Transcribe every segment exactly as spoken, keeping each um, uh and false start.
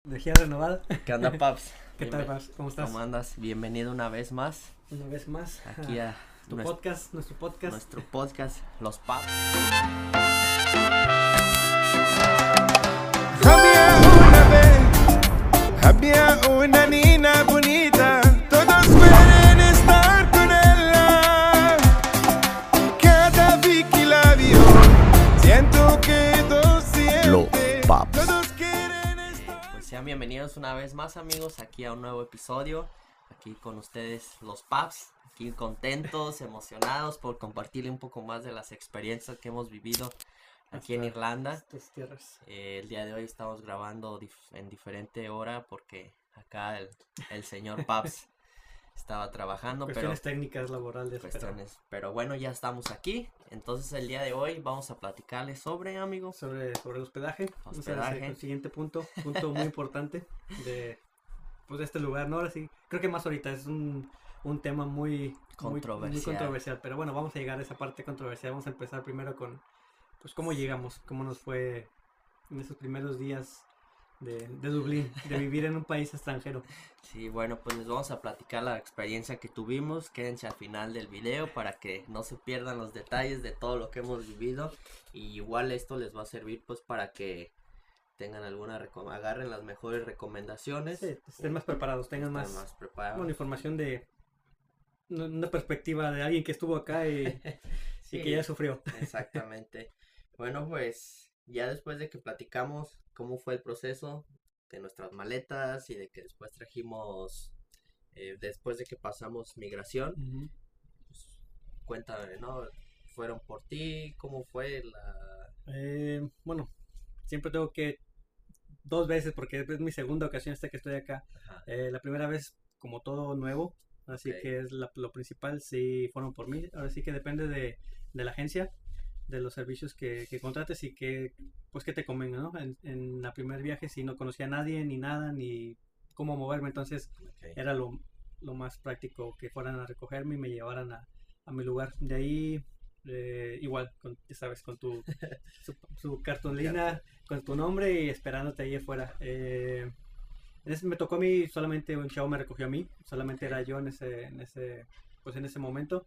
Energía renovada. ¿Qué onda, Paps? ¿Qué tal, Paps? ¿Cómo estás? ¿Cómo andas? Bienvenido una vez más. Una vez más. Aquí a tu nuestro, podcast, nuestro podcast. Nuestro podcast, Los Paps. Había una vez, había una niña bonita, todos quieren estar con ella. Cada vez que la vio, siento que todos sienten, Los Paps. todos quieren estar. Eh, pues sean bienvenidos una vez más, amigos, aquí a un nuevo episodio. Aquí con ustedes, Los Paps. Aquí contentos, emocionados por compartirle un poco más de las experiencias que hemos vivido aquí en Irlanda. Tus tierras. Eh, el día de hoy estamos grabando dif- en diferente hora porque acá el, el señor Paps estaba trabajando, pero Cuestiones técnicas laborales. cuestiones, pero bueno, ya estamos aquí. Entonces el día de hoy vamos a platicarles sobre, amigos, Pero sobre, sobre el hospedaje. Vamos a Hospedaje. hacer el siguiente punto. Punto muy importante de, pues, de este lugar, ¿no? Ahora sí, creo que más ahorita es un, un tema muy muy- Controversial. Muy, controversial. Pero bueno, vamos a llegar a esa parte controversial. Vamos a empezar primero con, pues, cómo llegamos, cómo nos fue en esos primeros días de, de Dublín, de vivir en un país extranjero. Sí, bueno, pues les vamos a platicar la experiencia que tuvimos. Quédense al final del video para que no se pierdan los detalles de todo lo que hemos vivido. Y igual esto les va a servir pues para que tengan alguna recom- agarren las mejores recomendaciones. Sí, estén más preparados, tengan estén más, preparados. una información de una una perspectiva de alguien que estuvo acá y, Sí, y que ya sufrió. exactamente. Bueno, pues ya después de que platicamos cómo fue el proceso de nuestras maletas y de que después trajimos, eh, después de que pasamos migración, Ujú. pues, cuéntame, ¿no? ¿Fueron por ti? ¿Cómo fue la...? Eh, bueno, siempre tengo que dos veces porque es mi segunda ocasión hasta que estoy acá. Ajá, Eh, la primera vez como todo nuevo, así Ok. que es la- lo principal, sí fueron por mí. Ahora sí que depende de, de la agencia, de los servicios que, que contrates y que pues que te convenga, ¿no? En, en la primer viaje sí no conocía a nadie ni nada ni cómo moverme, entonces ok. era lo, lo más práctico que fueran a recogerme y me llevaran a, a mi lugar. De ahí eh, igual, con, ya sabes, con tu su, su cartulina, con tu nombre y esperándote ahí afuera. Eh, en ese- me tocó a mí, solamente un chavo me recogió a mí, solamente era yo en ese, en ese, pues en ese momento.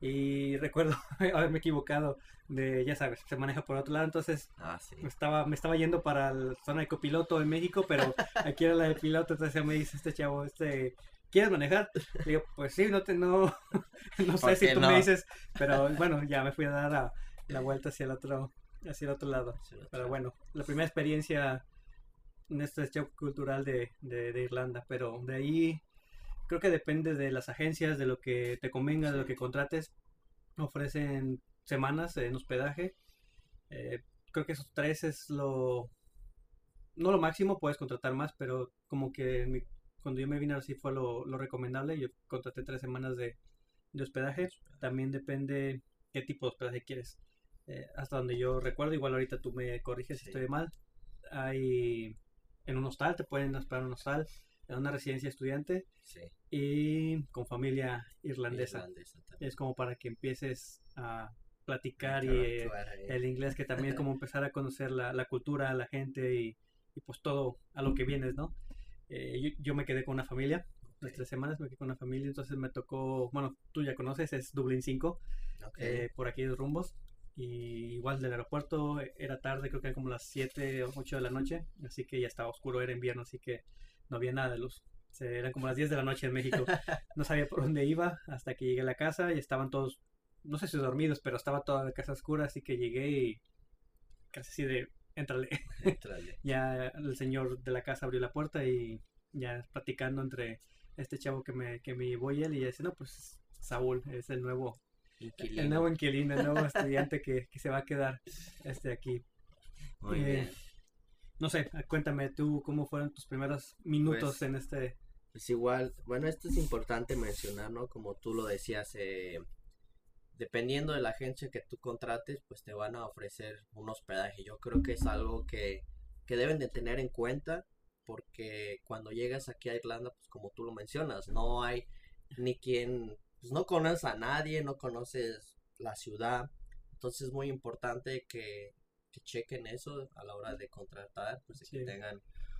Y recuerdo haberme equivocado de, ya sabes, se maneja por otro lado, entonces Ah, sí. me estaba, me estaba yendo para la zona de copiloto en México, pero aquí era la de piloto, entonces ya me dice este chavo, este, ¿quieres manejar? Le digo, pues sí, no te, no, no ¿Por sé si qué tú no? me dices, pero bueno, ya me fui a dar a- la vuelta hacia el otro, hacia el otro lado. Sí, lo Pero trae. bueno, la primera experiencia en este shock cultural de, de, de Irlanda, pero de ahí creo que depende de las agencias, de lo que te convenga, de lo Sí. que contrates. Ofrecen semanas en hospedaje. Eh, creo que esos tres es lo... No lo máximo, puedes contratar más, pero como que mi- cuando yo me vine así fue lo, lo recomendable. Yo contraté tres semanas de, de hospedaje. También depende qué tipo de hospedaje quieres. Eh, hasta donde yo recuerdo, igual ahorita tú me corriges si Sí. estoy mal. Hay en un hostal, te pueden hospedar en un hostal, en una residencia estudiante Sí. y con familia irlandesa. Irlandesa también. Es como para que empieces a platicar y eh, Interactuar ahí. el inglés, que también es como empezar a conocer la, la cultura, la gente y, y pues todo a lo que vienes, ¿no? Eh, yo, yo me quedé con una familia, las Ok. tres semanas me quedé con una familia, entonces me tocó, bueno, tú ya conoces, es Dublín cinco, Ok. eh, por aquellos rumbos. Y igual del aeropuerto era tarde, creo que era como las siete o ocho de la noche, así que ya estaba oscuro, era invierno, así que no había nada de luz. Se- eran como las diez de la noche en México. No sabía por dónde iba hasta que llegué a la casa y estaban todos, no sé si dormidos, pero estaba toda la casa oscura, así que llegué y casi así de, éntrale. Entrale. Ya el señor de la casa abrió la puerta y ya platicando entre este chavo que me, que me llevó y él, y ya dice, no, pues Saúl es el nuevo, Inquilino. el nuevo inquilino, el nuevo estudiante que, que se va a quedar este aquí. Muy eh, bien. No sé, cuéntame tú cómo fueron tus primeros minutos Pues, en este... Pues igual, bueno, esto es importante mencionar, ¿no? Como tú lo decías, eh, dependiendo de la agencia que tú contrates, pues te van a ofrecer un hospedaje. Yo creo que es algo que, que deben de tener en cuenta, porque cuando llegas aquí a Irlanda, pues como tú lo mencionas, no hay ni quien, pues no conoces a nadie, no conoces la ciudad. Entonces es muy importante que, que chequen eso a la hora de contratar, pues de que Sí. tengan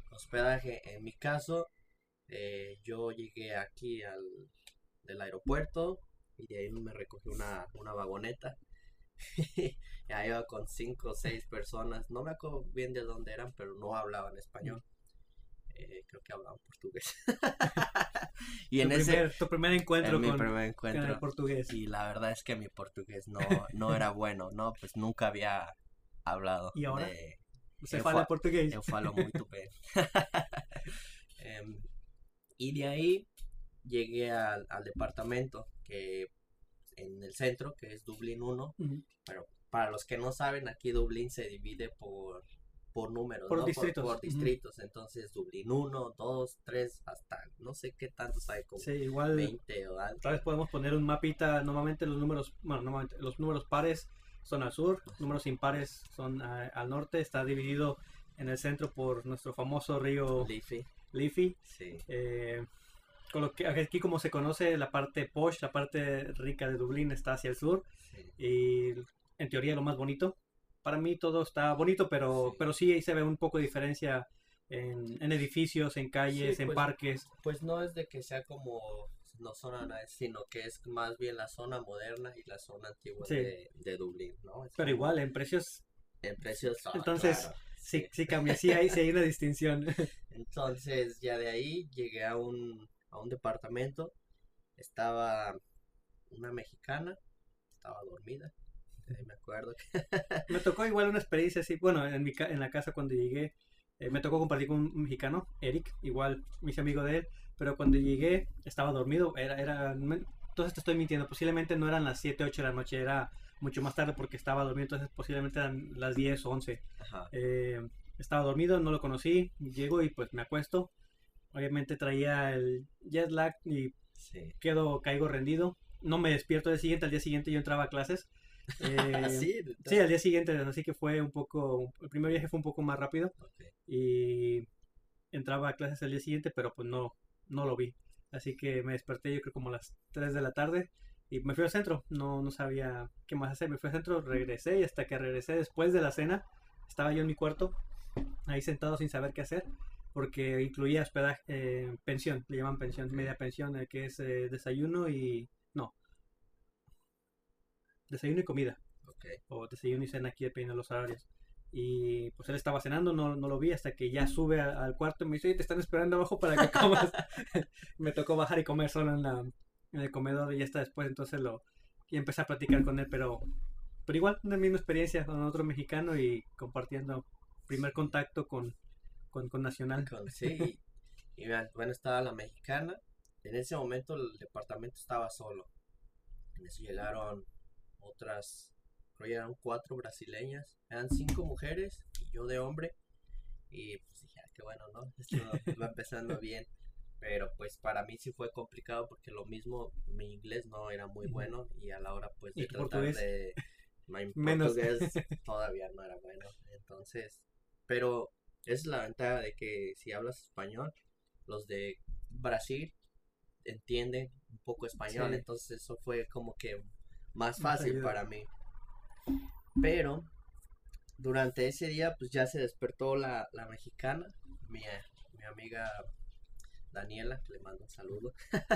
hospedaje, en mi caso, eh, yo llegué aquí al del aeropuerto y de ahí me recogió una, una vagoneta. Y ahí iba con cinco o seis personas, no me acuerdo bien de dónde eran, pero no hablaban español. Eh, creo que hablaban portugués. Y tu, en ese primer, tu primer encuentro en mi con, primer con encuentro, el portugués. y la verdad es que mi portugués no, no era bueno, ¿no? Pues nunca había hablado. ¿Y ahora? De, Você eu fala fa- português? eu falo muito bem. Em, y de ahí llegué al, al departamento que en el centro, que es Dublín uno, Ujú. pero para los que no saben, aquí Dublín se divide por, por números, Por ¿no? distritos. Por, por Ujú. distritos, entonces Dublín uno, dos, tres, hasta no sé qué tantos hay, como Sí, igual, veinte o algo. otra vez podemos poner un mapita. Normalmente los números, bueno, normalmente los números pares son al sur, números impares son a- al norte. Está dividido en el centro por nuestro famoso río Liffey, Liffey. sí, Eh, con lo que aquí, como se conoce, la parte posh, la parte rica de Dublín está hacia el sur sí. y en teoría lo más bonito. Para mí todo está bonito, pero Sí. pero sí ahí se ve un poco de diferencia en, en edificios, en calles, Sí, en pues, parques. Pues no es de que sea como no zona nice, sino que es más bien la zona moderna y la zona antigua Sí. de, de Dublín, ¿no? Es Pero como igual en precios, en precios, ah, entonces claro, sí, sí. sí cambia, sí hay, sí hay una distinción. Entonces ya de ahí llegué a un, a un departamento, estaba una mexicana, estaba dormida, eh, me acuerdo que Me tocó igual una experiencia así, bueno, en mi ca- en la casa cuando llegué, eh, me tocó compartir con un mexicano, Eric, igual me hice amigo de él, pero cuando llegué estaba dormido, era, era, me- entonces te estoy mintiendo, posiblemente no eran las siete ocho de la noche, era mucho más tarde porque estaba dormido, entonces posiblemente eran las diez o once. ajá, Eh, estaba dormido, no lo conocí, llego y pues me acuesto, obviamente traía el jet lag y sí. quedo, caigo rendido, no me despierto al día siguiente, al día siguiente yo entraba a clases. Eh, Sí, Sí, al día siguiente, así que fue un poco, el primer viaje fue un poco más rápido ok, y entraba a clases al día siguiente, pero pues no, no lo vi. Así que me desperté yo creo como a las tres de la tarde y me fui al centro, no, no sabía qué más hacer, me fui al centro, regresé y hasta que regresé después de la cena, estaba yo en mi cuarto, ahí sentado sin saber qué hacer, porque incluía hospedaje, eh, pensión, le llaman pensión, media pensión, eh, que es eh, desayuno y, no, desayuno y comida. ok. O desayuno y cena aquí dependiendo de los horarios. Y pues él estaba cenando, no, no lo vi hasta que ya sube a- al cuarto y me dice, "Oye, te están esperando abajo para que comas." Me tocó bajar y comer solo en, la, en el comedor y ya está después, entonces lo y empecé a platicar con él, pero, pero igual, una misma experiencia con otro mexicano y compartiendo primer Sí. contacto con, con, con Nacional. Con- sí, y, y vean, bueno, estaba la mexicana, en ese momento el departamento estaba solo, en eso llegaron otras, creo que eran cuatro brasileñas, eran cinco mujeres y yo de hombre, y pues dije, ah, qué bueno, ¿no? Esto va empezando bien, pero pues para mí sí fue complicado porque lo mismo, mi inglés no era muy Ujú. bueno y a la hora pues ¿Y de tu tratar portugués? de, mi Menos. portugués todavía no era bueno, entonces, pero esa es la ventaja de que si hablas español, los de Brasil entienden un poco español, Sí. entonces eso fue como que más Más fácil ayuda. para mí. Pero durante ese día pues ya se despertó la, la mexicana, mi, mi amiga Daniela, que le mando un saludo.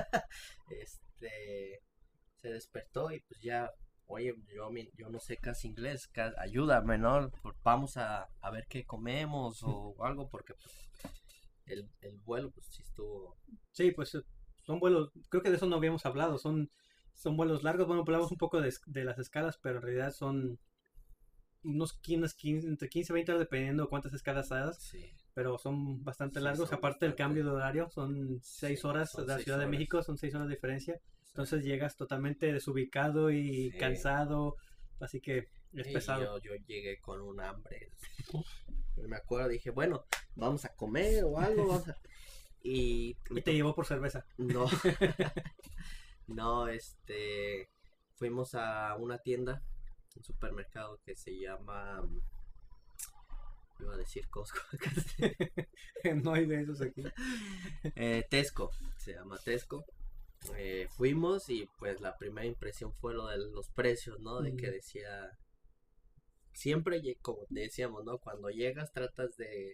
Este se despertó y pues ya, oye, yo, mi- yo no sé casi inglés, ca- ayúdame, ¿no? Por- Vamos a, a ver qué comemos o algo, porque pues, el, el vuelo pues sí estuvo, Sí, pues eh, son vuelos, creo que de eso no habíamos hablado, son, son vuelos largos, bueno, hablamos un poco de, es- de las escalas, pero en realidad son unos quince, quince, entre quince y veinte horas dependiendo de cuántas escalas hagas, sí, pero son bastante Sí, largos, son aparte del bastante. cambio de horario, son seis Sí, horas son de la seis Ciudad de horas. México, son seis horas de diferencia, entonces llegas totalmente desubicado y Sí. cansado, así que es Sí, pesado. Yo, yo llegué con un hambre. Me acuerdo, dije, bueno, vamos a comer o algo, vamos a... Y Y te llevó por cerveza. no, no, este, fuimos a una tienda, un supermercado que se llama, iba a decir Costco, No hay de esos aquí. eh, Tesco, se llama Tesco. Eh, fuimos y pues la primera impresión fue lo de los precios, ¿no? De que Mm. decía, siempre, lle- como decíamos, ¿no? Cuando llegas tratas de,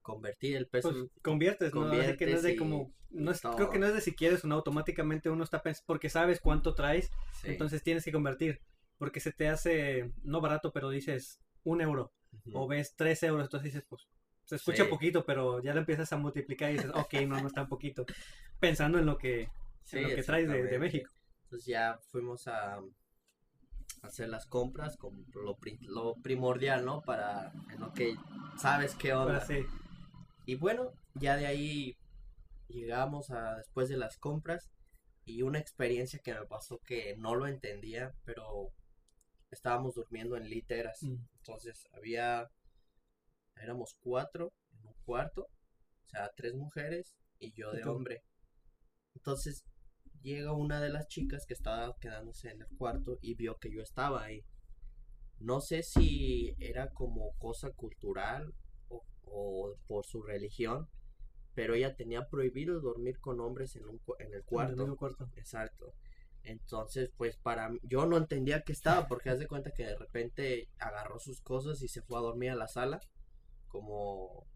convertir el peso. Pues conviertes, ¿no? Así que no es de conviertes y- como, no es, todo. creo que no es de si quieres o no, automáticamente uno está pensando, porque sabes cuánto traes, Sí. entonces tienes que convertir, porque se te hace, no barato, pero dices un euro, Ujú. o ves tres euros, entonces dices, pues, se escucha Sí. poquito, pero ya lo empiezas a multiplicar y dices, ok, no, no es tan poquito, pensando en lo que, Sí, en lo que traes de, de exactamente. México. Entonces ya fuimos a hacer las compras con lo, pri- lo primordial, ¿no? Para, en lo que sabes qué Ahora onda. sí, Y bueno, ya de ahí llegamos a después de las compras y una experiencia que me pasó que no lo entendía, pero estábamos durmiendo en literas. Mm. Entonces había, éramos cuatro en un cuarto, o sea, tres mujeres y yo Y de tú. hombre. Entonces llega una de las chicas que estaba quedándose en el cuarto y vio que yo estaba ahí. No sé si era como cosa cultural o, o por su religión, pero ella tenía prohibido dormir con hombres en, un, cu- en el en el cuarto. mismo cuarto. Exacto. Entonces, pues para mí, yo no entendía que estaba, porque haz de cuenta que de repente agarró sus cosas y se fue a dormir a la sala, como...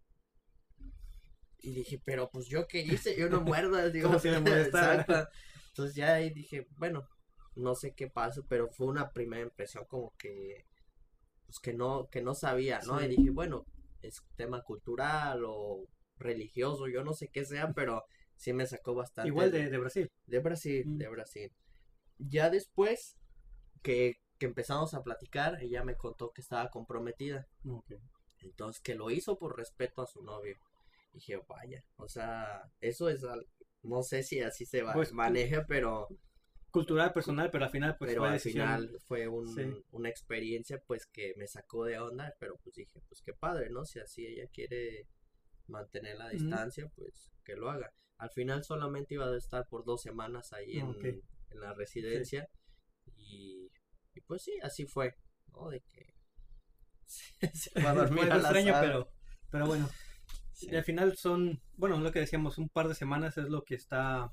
Y dije, pero pues yo qué hice, yo no muerdo, digo, Como si me molestara. exacto. Entonces ya ahí dije, bueno, no sé qué pasó, pero fue una primera impresión como que, pues que no, que no sabía, ¿no? Sí. Y dije, bueno, es tema cultural o religioso, yo no sé qué sea, pero sí me sacó bastante. Igual de, de Brasil. De Brasil, Mm. de Brasil. Ya después que, que empezamos a platicar, ella me contó que estaba comprometida. Ok. Entonces, que lo hizo por respeto a su novio. Dije, vaya, o sea, eso es, al- no sé si así se va, Pues, maneja, pero, Cultural, personal, pero al final pues pero fue al decisión. final fue un, Sí. una experiencia pues que me sacó de onda, pero pues dije, pues qué padre, ¿no? Si así ella quiere mantener la Ujú. distancia, pues que lo haga. Al final solamente iba a estar por dos semanas ahí en, Ok. en la residencia y, y pues sí, así fue, ¿no? De que se fue a Fue dormir algo a la extraño, sala. pero, pero bueno. Sí. Y al final son, bueno, lo que decíamos, un par de semanas es lo que está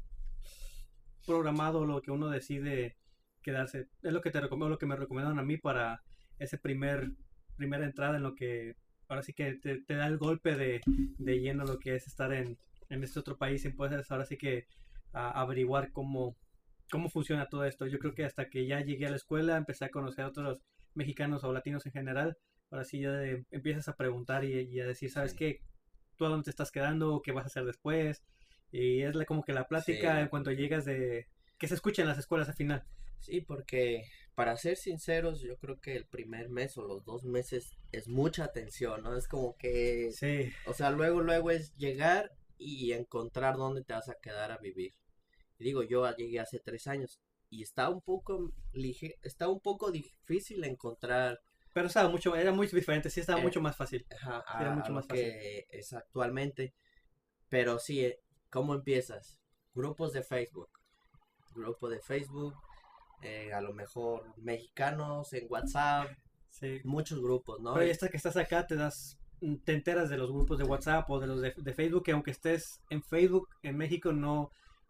programado, lo que uno decide quedarse. Es lo que te recomiendo, lo que me recomendaron a mí para ese primer, primera entrada en lo que ahora sí que te, te da el golpe de, de lleno lo que es estar en, en este otro país y puedes ahora sí que a, averiguar cómo, cómo funciona todo esto. Yo creo que hasta que ya llegué a la escuela, empecé a conocer a otros mexicanos o latinos en general, ahora sí ya de- empiezas a preguntar y, y a decir, ¿sabes Sí. qué? ¿Tú a dónde te estás quedando? ¿Qué vas a hacer después? Y es la- como que la plática Sí. en cuanto llegas de... que se escucha en las escuelas al final. Sí, porque para ser sinceros, yo creo que el primer mes o los dos meses es mucha atención, ¿no? Es como que, Sí, o sea, luego, luego es llegar y encontrar dónde te vas a quedar a vivir. Y digo, yo llegué hace tres años y está un poco lige- está un poco difícil encontrar pero estaba mucho, era muy diferente, sí estaba Eh, mucho más fácil. ajá, Era a, mucho a lo más fácil. que es actualmente. Pero sí, eh, ¿cómo empiezas? Grupos de Facebook. Grupo de Facebook, eh, a lo mejor mexicanos en WhatsApp, Sí. muchos grupos, ¿no? Pero Y- ya hasta que estás acá te das, te enteras de los grupos de WhatsApp o de los de, de Facebook, que aunque estés en Facebook en México no,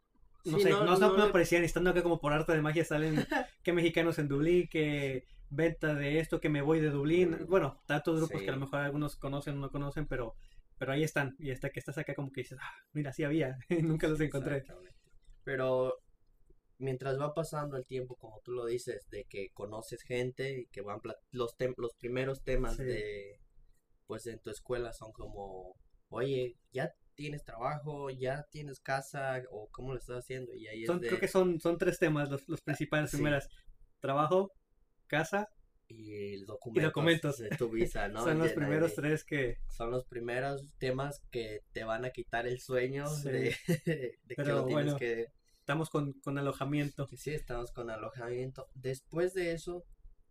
no sí, sé, no, no, no, no no le- aparecían, estando acá como por arte de magia salen que mexicanos en Dublín, que venta de esto, que me voy de Dublín. Mm, Bueno, tantos grupos sí. que a lo mejor algunos conocen o no conocen, pero, pero ahí están. Y hasta que estás acá como que dices, ah, mira, sí había, y nunca los encontré. Exactamente. Pero mientras va pasando el tiempo, como tú lo dices, de que conoces gente y que van plat- los tem- los primeros temas Sí. de pues en tu escuela son como, oye, ya tienes trabajo, ya tienes casa o cómo lo estás haciendo y ahí es Son, de creo que son, son tres temas los, los principales, sí. primeras. Trabajo, casa, y el documentos, documentos. de tu visa, ¿no? son los Ya, primeros ahí- tres que... son los primeros temas que te van a quitar el sueño Sí. de, de que Pero lo tienes bueno. que Estamos con, con alojamiento. que sí, estamos con alojamiento. Después de eso,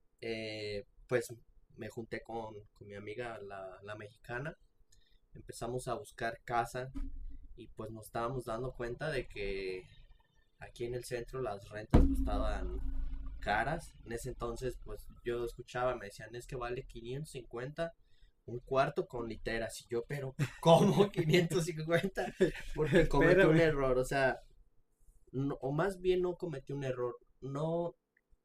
eh, pues me junté con, con mi amiga, la, la mexicana. Empezamos a buscar casa y pues nos estábamos dando cuenta de que aquí en el centro las rentas pues, estaban caras. En ese entonces, pues yo escuchaba, me decían, es que vale quinientos cincuenta un cuarto con literas. Y yo, pero ¿cómo quinientos cincuenta? Porque cometí un Espérame. error, o sea, no- o más bien no cometí un error, no,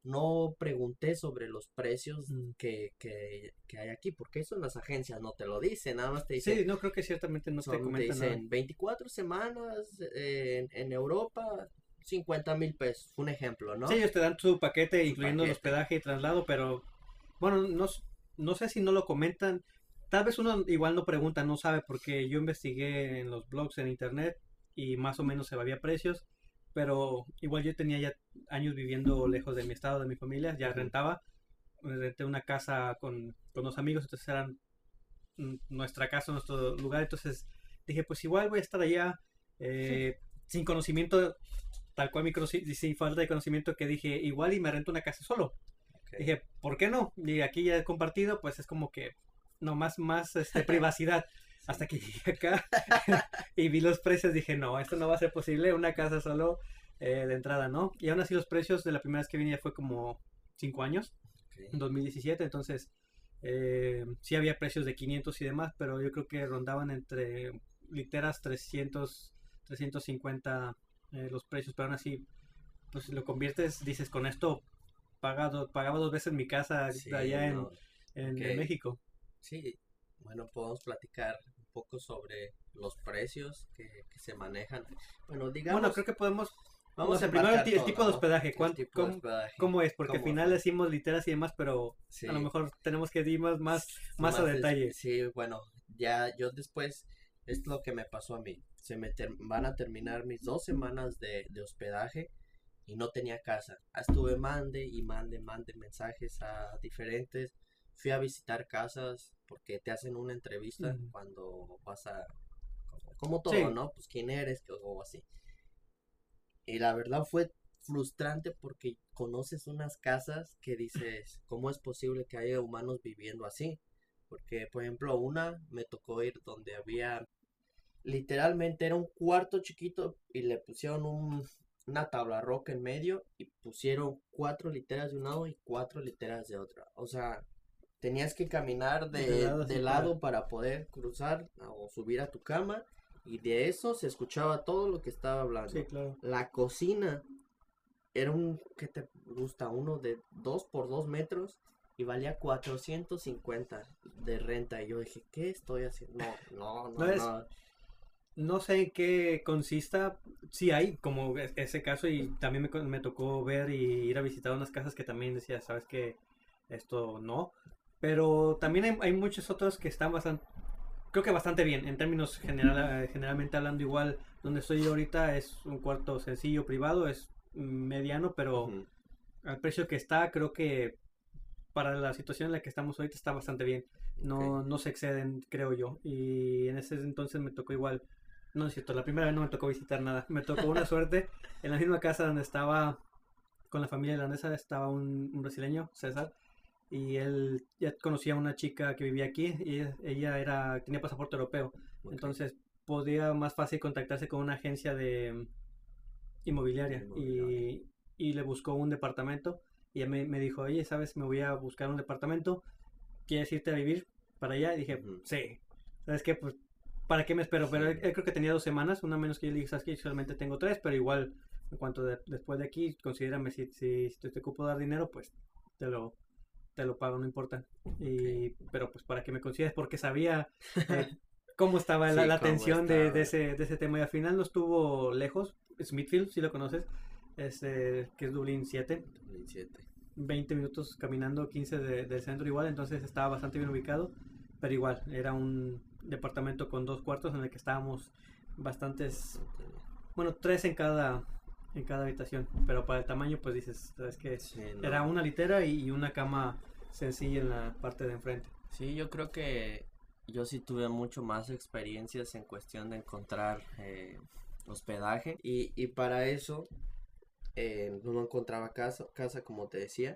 no pregunté sobre los precios Mm. que, que, que hay aquí, porque eso en las agencias no te lo dicen, nada más te dicen, Sí, no creo que ciertamente no te son- te comentan nada. dicen veinticuatro semanas eh, en, en Europa, cincuenta mil pesos, un ejemplo, ¿no? Sí, ellos te dan su paquete, Su incluyendo el paquete. hospedaje y traslado, pero bueno, no, s- no sé si no lo comentan. Tal vez uno igual no pregunta, no sabe, porque yo investigué en los blogs en internet y más o menos se había precios, pero igual yo tenía ya años viviendo lejos de mi estado, de mi familia, ya Ujú. rentaba, eh, renté una casa con, con unos amigos, entonces eran mm, nuestra casa, nuestro lugar, entonces dije, pues igual voy a estar allá eh, sin conocimiento, tal cual mi conoci- sin falta de conocimiento, que dije, igual y me rento una casa solo. Ok. Dije, ¿por qué no? Y aquí ya he compartido, pues es como que no más, más este, privacidad. Sí. Hasta que llegué acá y vi los precios, dije, no, esto no va a ser posible, una casa solo eh, de entrada, ¿no? Y aún así los precios de la primera vez que vine ya fue como cinco años, Ok. en dos mil diecisiete, entonces eh, sí había precios de quinientos y demás, pero yo creo que rondaban entre literas trescientos, trescientos cincuenta eh, los precios, pero aún así, pues si lo conviertes, dices, con esto pagado, pagaba dos veces mi casa Sí, allá en, no, en, ok. en México. Sí, bueno, podemos platicar un poco sobre los precios que, que se manejan. Bueno, Bueno, digamos, creo que podemos, no vamos a sé, primero el, embarcar ti- el todo, tipo de ¿no? hospedaje, El cuán- tipo de cómo, hospedaje, cómo es, porque al ¿cómo final fue? decimos literas y demás, pero a lo Sí, mejor tenemos que ir más, más, s- más a más des- detalle. sí, bueno, ya yo después, es lo que me pasó a mí. Se me ter- van a terminar mis dos semanas de, de hospedaje y no tenía casa. Ah, Estuve mande y mande, mande mensajes a diferentes. Fui a visitar casas porque te hacen una entrevista Mm. cuando vas a, como, como todo, Sí, ¿no? Pues quién eres, que- o así. Y la verdad fue frustrante porque conoces unas casas que dices, ¿cómo es posible que haya humanos viviendo así? Porque, por ejemplo, una me tocó ir donde había, literalmente era un cuarto chiquito y le pusieron un, una tabla roca en medio y pusieron cuatro literas de un lado y cuatro literas de otra. O sea, tenías que caminar de de, lado de así para... lado para poder cruzar o subir a tu cama y de eso se escuchaba todo lo que estaba Sí, hablando. claro. La cocina era un, ¿qué te gusta? Uno de dos por dos metros y valía cuatrocientos cincuenta de renta. Y yo dije, ¿qué estoy haciendo? No, no, No no, es, no. no sé en qué consista. Sí hay como es- ese caso y también me, co- me tocó ver y ir a visitar unas casas que también decía, sabes que esto no. Pero también hay, hay muchos otros que están bastante, creo que bastante bien, en términos general, eh, generalmente hablando igual, donde estoy yo ahorita es un cuarto sencillo privado, es mediano, pero Ujú, al precio que está, creo que para la situación en la que estamos ahorita está bastante bien. ok, No, no se exceden, creo yo. Y en ese entonces me tocó igual, no es cierto, la primera vez no me tocó visitar nada. Me tocó una suerte en la misma casa donde estaba con la familia irlandesa, estaba un, un brasileño, César, y él ya conocía a una chica que vivía aquí y ella, ella era, tenía pasaporte europeo. ok. Entonces podía más fácil contactarse con una agencia de inmobiliaria Inmobiliario. y, y le buscó un departamento y ella me, me dijo, oye, ¿sabes? Me voy a buscar un departamento, ¿quieres irte a vivir para allá? Y dije, Ujú, sí, ¿sabes qué? Pues, ¿para qué me espero? Pero él, sí, él creo que tenía dos semanas, una menos que yo le dije, ¿sabes qué? Yo solamente tengo tres, pero igual, en cuanto de- después de aquí, considérame si, si, si te ocupo dar dinero, pues te lo, te lo pago, no importa. ok. Y, pero pues para que me consideres, porque sabía eh, cómo estaba la, Sí, la cómo tensión de, de estaba. ese, de ese tema y al final no estuvo lejos. Smithfield, si lo conoces, es, eh, que es Dublín siete, veintisiete. veinte minutos caminando, quince de- del centro igual, entonces estaba bastante bien ubicado, pero igual, era un departamento con dos cuartos en el que estábamos bastantes, Bastante bien. bueno, tres en cada, en cada habitación, pero para el tamaño pues dices, sabes que Sí, era no. una litera y, y una cama sencilla en la parte de enfrente. Sí, yo creo que yo sí tuve mucho más experiencias en cuestión de encontrar eh, hospedaje y, y para eso eh, no encontraba casa, casa como te decía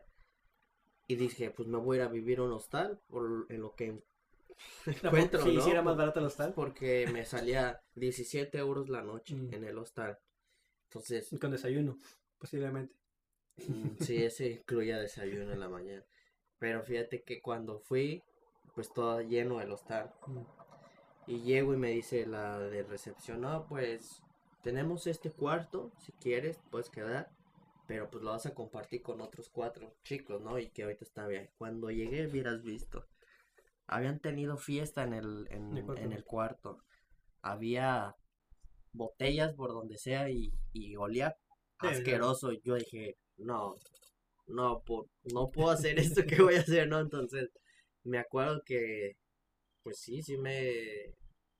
y dije pues me voy a ir a vivir a un hostal por en lo que encuentro, Sí, sí ¿no? era más Por- barato el hostal, porque me salía diecisiete euros la noche mm, en el hostal. Entonces, con desayuno, posiblemente. mm, sí, ese incluía desayuno en la mañana. Pero fíjate que cuando fui, pues todo lleno el hostal. Mm. Y llego y me dice la de recepción, no, pues tenemos este cuarto, si quieres, puedes quedar. pero pues lo vas a compartir con otros cuatro chicos, ¿no? Y que ahorita está bien. Cuando llegué, hubieras visto, habían tenido fiesta en el, en, El cuarto. en el cuarto, había botellas por donde sea y, y olía Sí, asqueroso. Yo dije, no, no, por, no puedo hacer esto, ¿qué voy a hacer, no? Entonces, me acuerdo que, pues sí, sí me,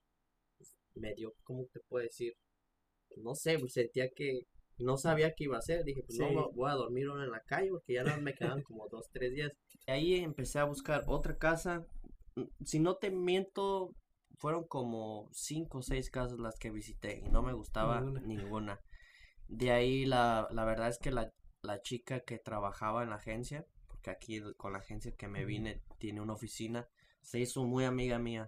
me dio, ¿cómo te puedo decir? No sé, pues sentía que no sabía qué iba a hacer. Dije, pues Sí. no, voy a dormir uno en la calle porque ya no me quedaban como dos, tres días. Y ahí empecé a buscar otra casa. Mm, Si no te miento, fueron como cinco o seis casas las que visité y no me gustaba Ninguna. ninguna. De ahí la, la verdad es que la, la chica que trabajaba en la agencia, porque aquí el- con la agencia que me Ujú. vine tiene una oficina, se hizo muy amiga mía.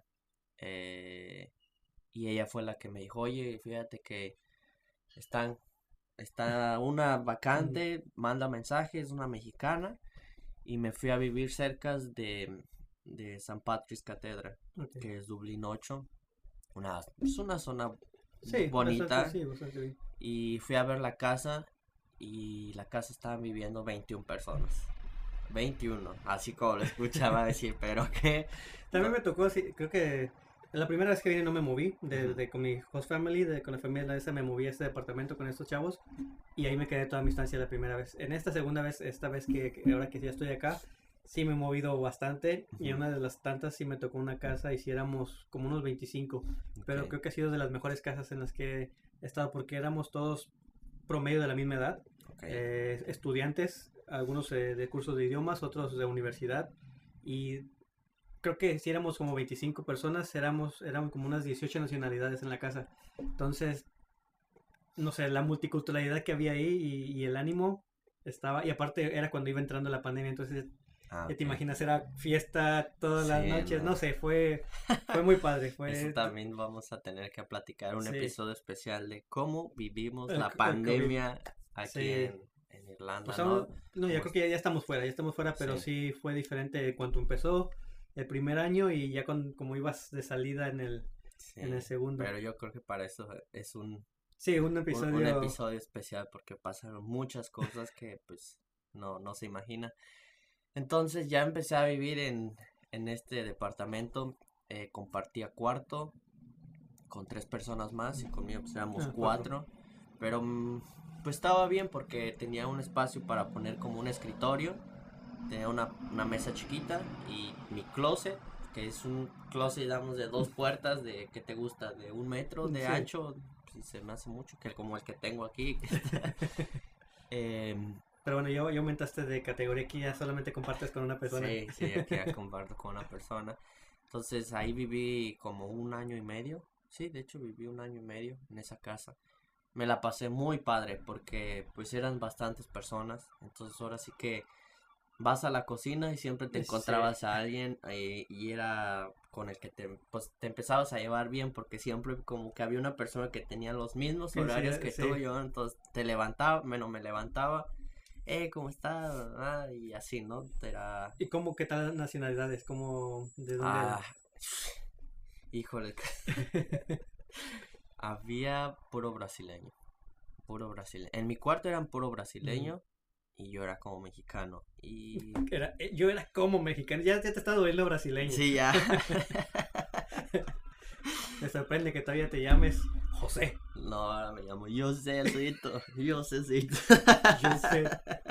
eh, y ella fue la que me dijo, oye, fíjate que están, está una vacante, manda mensajes, una mexicana, y me fui a vivir cerca de, de San Patrick's Cathedral, Ok. que es Dublín ocho, una, es una zona Sí, bonita, bastante, sí, bastante bien. y fui a ver la casa, y la casa estaban viviendo veintiuna personas, veintiuno, así como lo escuchaba decir, pero que, También no, me tocó así, creo que la primera vez que vine no me moví, de, Ujú. de- con mi host family, de, con la familia esa me moví a este departamento con estos chavos y ahí me quedé toda mi estancia la primera vez. En esta segunda vez, esta vez que, que ahora que ya estoy acá, sí me he movido bastante y en Ujú. una de las tantas sí me tocó una casa y sí éramos como unos veinticinco, pero Ok, creo que ha sido de las mejores casas en las que he estado porque éramos todos promedio de la misma edad, ok, eh, estudiantes, algunos eh, de cursos de idiomas, otros de universidad y creo que si éramos como veinticinco personas, éramos, eran como unas dieciocho nacionalidades en la casa. Entonces, no sé, la multiculturalidad que había ahí y, y el ánimo estaba, y aparte era cuando iba entrando la pandemia, entonces ah, ya te ok, imaginas, era fiesta todas las sí, noches, no. no sé, fue, fue muy padre, Eso fue, también vamos a tener que platicar un sí, episodio especial de cómo vivimos el, la c- el COVID, pandemia aquí sí. en, en Irlanda, Pues ¿no? aún- no, ya Cómo creo es- que ya, ya estamos fuera, ya estamos fuera, pero sí, sí fue diferente cuando empezó el primer año y ya con, como ibas de salida en el, en el sí, segundo. pero yo creo que para eso es un, Sí, un un, un episodio. episodio especial porque pasaron muchas cosas que pues no, no se imagina. Entonces ya empecé a vivir en, en este departamento, eh, compartía cuarto con tres personas más y conmigo pues éramos Ah, cuatro. cuatro, pero mm, pues estaba bien porque tenía un espacio para poner como un escritorio, tenía una, una mesa chiquita y mi closet, que es un closet digamos de dos puertas de, ¿qué te gusta? De un metro de Sí. ancho, si se me hace mucho, que como el que tengo aquí. Em, Pero bueno, ya, ya aumentaste de categoría que ya solamente compartes con una persona. sí, sí, aquí ya comparto con una persona. Entonces ahí viví como un año y medio. Sí, de hecho viví un año y medio en esa casa. Me la pasé muy padre porque pues eran bastantes personas. Entonces ahora sí que vas a la cocina y siempre te Sí, encontrabas a alguien eh, y era con el que te, pues, te empezabas a llevar bien porque siempre como que había una persona que tenía los mismos horarios coincide- que sí. tú, yo, entonces te levantaba, menos me levantaba, eh, ¿cómo estás? Ah, y así, ¿no? Era, ¿Y cómo qué tal nacionalidades? ¿Cómo, de dónde eran? ah, híjole, había puro brasileño, puro brasileño. En mi cuarto eran puro brasileño y yo era como mexicano. Y Era, eh, yo era como mexicano, ya, ya te está doliendo brasileño. sí, ya. Me sorprende que todavía te llames José. No, ahora me llamo Josecito, Josecito. Yo sé.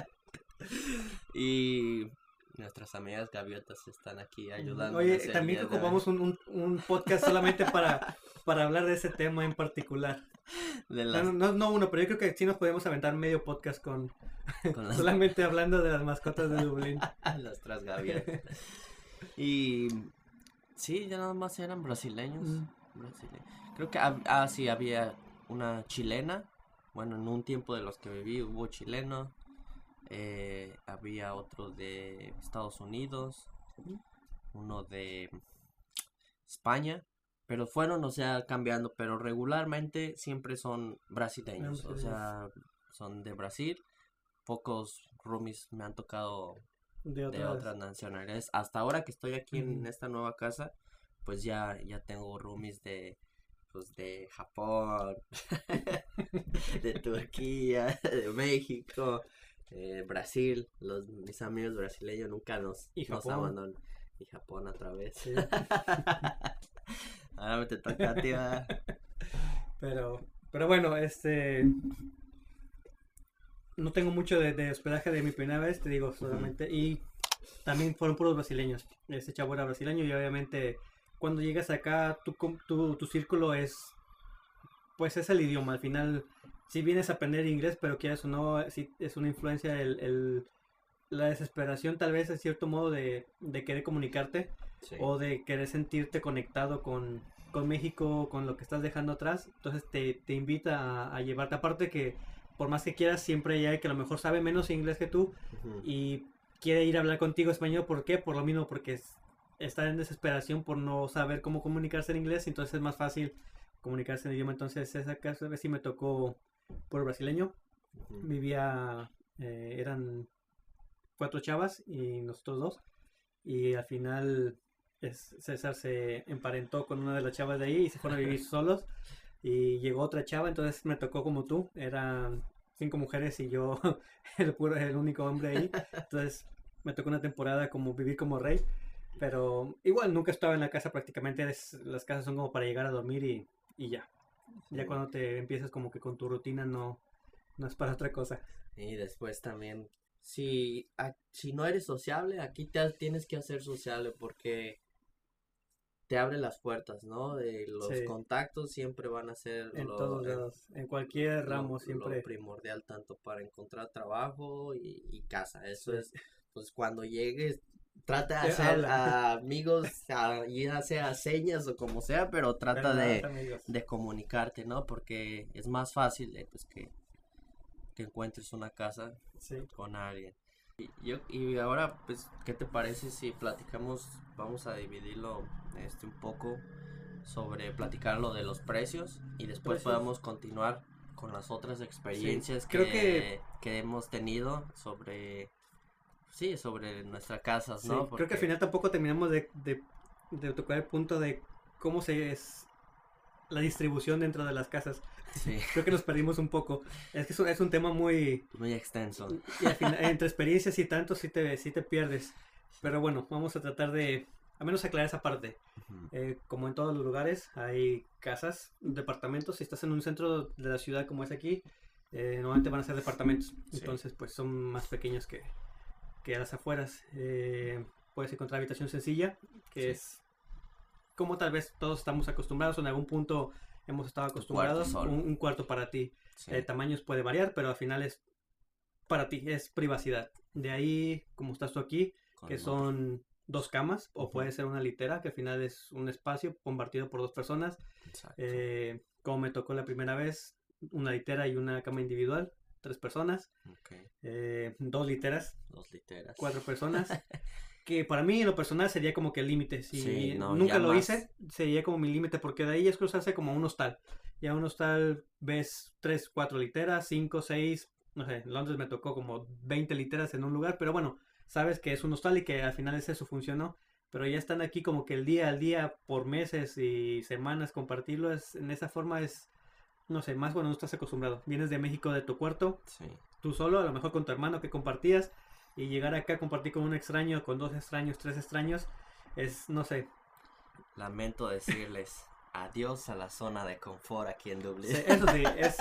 Y nuestras amigas gaviotas están aquí ayudándonos. Oye, el también día que de hoy. ocupamos un, un, un podcast solamente para, para hablar de ese tema en particular. De No, las, no, no, no uno, pero yo creo que sí nos podemos aventar medio podcast con con las, solamente hablando de las mascotas de Dublín. nuestras gaviotas. Y sí, ya nada más eran brasileños. Mm. brasileños. Creo que, hab- ah, sí, había una chilena. Bueno, en un tiempo de los que viví hubo chileno. Eh, había otro de Estados Unidos. Uno de España. Pero fueron, o sea, cambiando. Pero regularmente siempre son brasileños. Eran O sea, son de Brasil. Pocos roomies me han tocado De de otras. otras nacionalidades. Hasta ahora que estoy aquí en Ujú. esta nueva casa, pues ya, ya tengo roomies de, pues de Japón, de Turquía, de México, eh, Brasil, los mis amigos brasileños nunca nos, Y nos Japón. abandonan. Y Japón otra vez. Sí. Ahora me te toca a ti, ¿verdad? Pero, pero bueno, este, no tengo mucho de, de hospedaje de mi primera vez, te digo, solamente, y también fueron puros brasileños. Este chavo era brasileño y obviamente cuando llegas acá, tu, com- tu, tu círculo es, pues es el idioma. Al final, si vienes a aprender inglés, pero quieras o no, sí es una influencia el, el- la desesperación tal vez, en cierto modo, de, de querer comunicarte Sí. o de querer sentirte conectado con, con México, con lo que estás dejando atrás. Entonces te, te invita a, a llevarte. Aparte que por más que quieras, siempre hay alguien que a lo mejor sabe menos inglés que tú Ujú. y quiere ir a hablar contigo español. ¿Por qué? Por lo mismo, porque es- está en desesperación por no saber cómo comunicarse en inglés. Entonces es más fácil comunicarse en idioma. Entonces esa casa vez sí me tocó por brasileño. Ujú. Vivía, eh, eran cuatro chavas y nosotros dos. Y al final es- César se emparentó con una de las chavas de ahí y se fueron a vivir solos. Y llegó otra chava, entonces me tocó como tú. Eran cinco mujeres y yo el, puro, el único hombre ahí. Entonces me tocó una temporada como vivir como rey. Pero igual nunca estaba en la casa prácticamente. es- las casas son como para llegar a dormir y, y ya. Ya Sí. cuando te empiezas como que con tu rutina no, no es para otra cosa. Y después también, si, a- si no eres sociable, aquí te tienes que hacer sociable porque te abre las puertas, ¿no? De los Sí. contactos siempre van a ser En lo, todos eh, lados, en cualquier lo, ramo lo siempre. primordial tanto para encontrar trabajo y, y casa. Eso Sí. es, pues cuando llegues, trata de Eh, hacer habla. a amigos, a- ya sea señas o como sea, pero trata Pero nada, de, amigos. de comunicarte, ¿no? Porque es más fácil eh, pues, que, que encuentres una casa Sí. con alguien. Y, yo, y ahora, pues, ¿qué te parece si platicamos, vamos a dividirlo este un poco sobre platicar lo de los precios y después Precios. podamos continuar con las otras experiencias creo que, que- que hemos tenido sobre, sí, sobre nuestras casas, Sí, ¿no? creo que Porque- al final tampoco terminamos de, de, de tocar el punto de cómo se es la distribución dentro de las casas. Sí, Creo que nos perdimos un poco. Es que es un, es un tema muy... muy extenso. Y al final, entre experiencias y tanto sí te, sí te pierdes. Pero bueno, vamos a tratar de al menos aclarar esa parte. Ujú. Eh, como en todos los lugares, hay casas, departamentos. Si estás en un centro de la ciudad como es aquí, eh, normalmente van a ser departamentos. Sí. Entonces, pues son más pequeños que, que a las afueras. Eh, puedes encontrar habitación sencilla, que Sí. es como tal vez todos estamos acostumbrados, o en algún punto hemos estado cuarto acostumbrados. solo. Un, un cuarto para ti. Sí, Eh, tamaños puede variar, pero al final es para ti, es privacidad. De ahí, como estás tú aquí, con que otro- son dos camas, o Ujú. puede ser una litera, que al final es un espacio compartido por dos personas. Exacto. Eh, como me tocó la primera vez, una litera y una cama individual, tres personas. Ok, Eh, dos literas, dos literas. cuatro personas. Que para mí, en lo personal, sería como que el límite. Si Sí, no, nunca ya lo más- hice, sería como mi límite, porque de ahí es cruzarse como un hostal. Ya un hostal ves tres, cuatro literas, cinco, seis, no sé, en Londres me tocó como veinte literas en un lugar, pero bueno, sabes que es un hostal y que al final esa es su función, ¿no? Pero ya están aquí como que el día al día, por meses y semanas, compartirlo es, en esa forma es, no sé, más cuando no estás acostumbrado. Vienes de México de tu cuarto, Sí, tú solo, a lo mejor con tu hermano que compartías, y llegar acá a compartir con un extraño, con dos extraños, tres extraños, es, no sé, lamento decirles adiós a la zona de confort aquí en Dublín. se- eso sí, es,